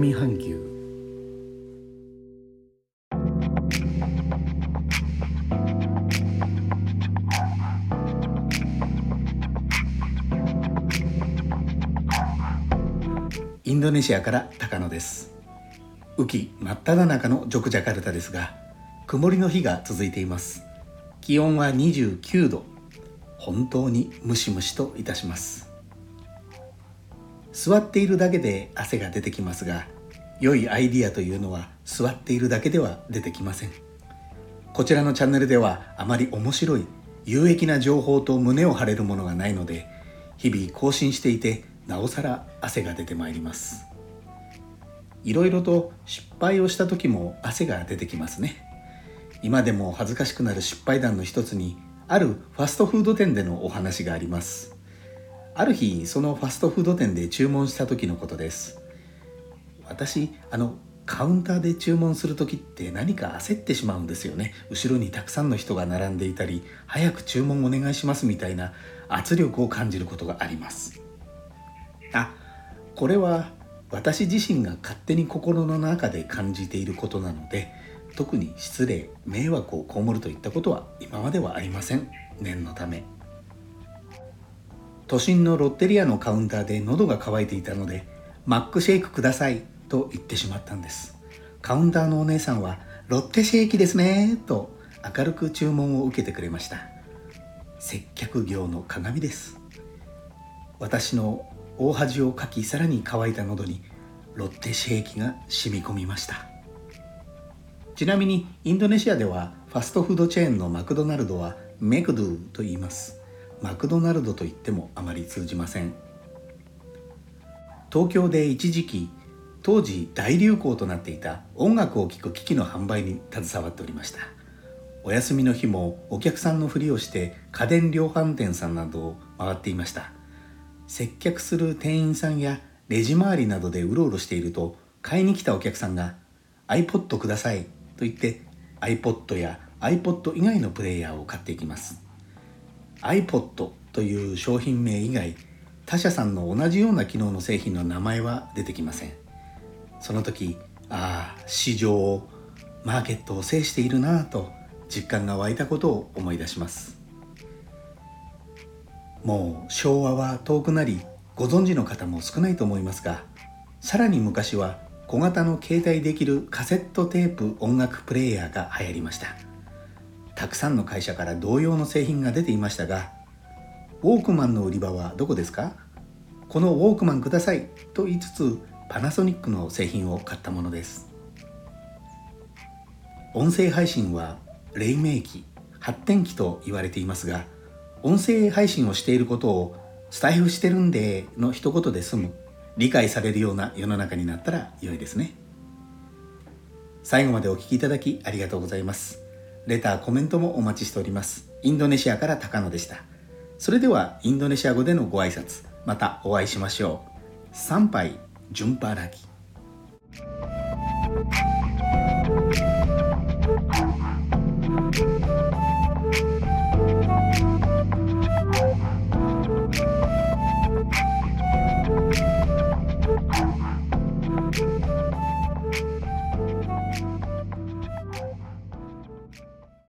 南半球。インドネシアから高野です。雨季真っ只中のジョクジャカルタですが、曇りの日が続いています。気温は29度。本当にムシムシといたします。座っているだけで汗が出てきますが、良いアイディアというのは座っているだけでは出てきません。こちらのチャンネルではあまり面白い有益な情報と胸を張れるものがないので、日々更新していてなおさら汗が出てまいります。いろいろと失敗をした時も汗が出てきますね。今でも恥ずかしくなる失敗談の一つに、あるファストフード店でのお話があります。ある日、そのファストフード店で注文した時のことです。私、カウンターで注文する時って何か焦ってしまうんですよね。後ろにたくさんの人が並んでいたり、早く注文お願いしますみたいな圧力を感じることがあります。これは私自身が勝手に心の中で感じていることなので、特に失礼、迷惑を被るといったことは今まではありません。念のため。都心のロッテリアのカウンターで喉が渇いていたので、マックシェイクくださいと言ってしまったんです。カウンターのお姉さんは、ロッテシェイキですねと明るく注文を受けてくれました。接客業の鏡です。私の大恥をかき、さらに乾いた喉にロッテシェイキが染み込みました。ちなみにインドネシアではファストフードチェーンのマクドナルドはメクドゥと言います。マクドナルドと言ってもあまり通じません。東京で一時期、当時大流行となっていた音楽を聴く機器の販売に携わっておりました。お休みの日もお客さんのふりをして家電量販店さんなどを回っていました。接客する店員さんやレジ周りなどでうろうろしていると、買いに来たお客さんが iPod くださいと言って iPod や iPod 以外のプレイヤーを買っていきます。 iPod という商品名以外、他社さんの同じような機能の製品の名前は出てきません。その時、市場をマーケットを制しているなぁと実感が湧いたことを思い出します。もう昭和は遠くなり、ご存知の方も少ないと思いますが、さらに昔は小型の携帯できるカセットテープ音楽プレイヤーが流行りました。たくさんの会社から同様の製品が出ていましたが、ウォークマンの売り場はどこですか？このウォークマンくださいと言いつつ、パナソニックの製品を買ったものです。音声配信は黎明期、発展期と言われていますが、音声配信をしていることをスタイフしてるんでの一言で済む、理解されるような世の中になったら良いですね。最後までお聞きいただきありがとうございます。レター、コメントもお待ちしております。インドネシアから高野でした。それではインドネシア語でのご挨拶、またお会いしましょう。サンパイ、ジュンパラギ。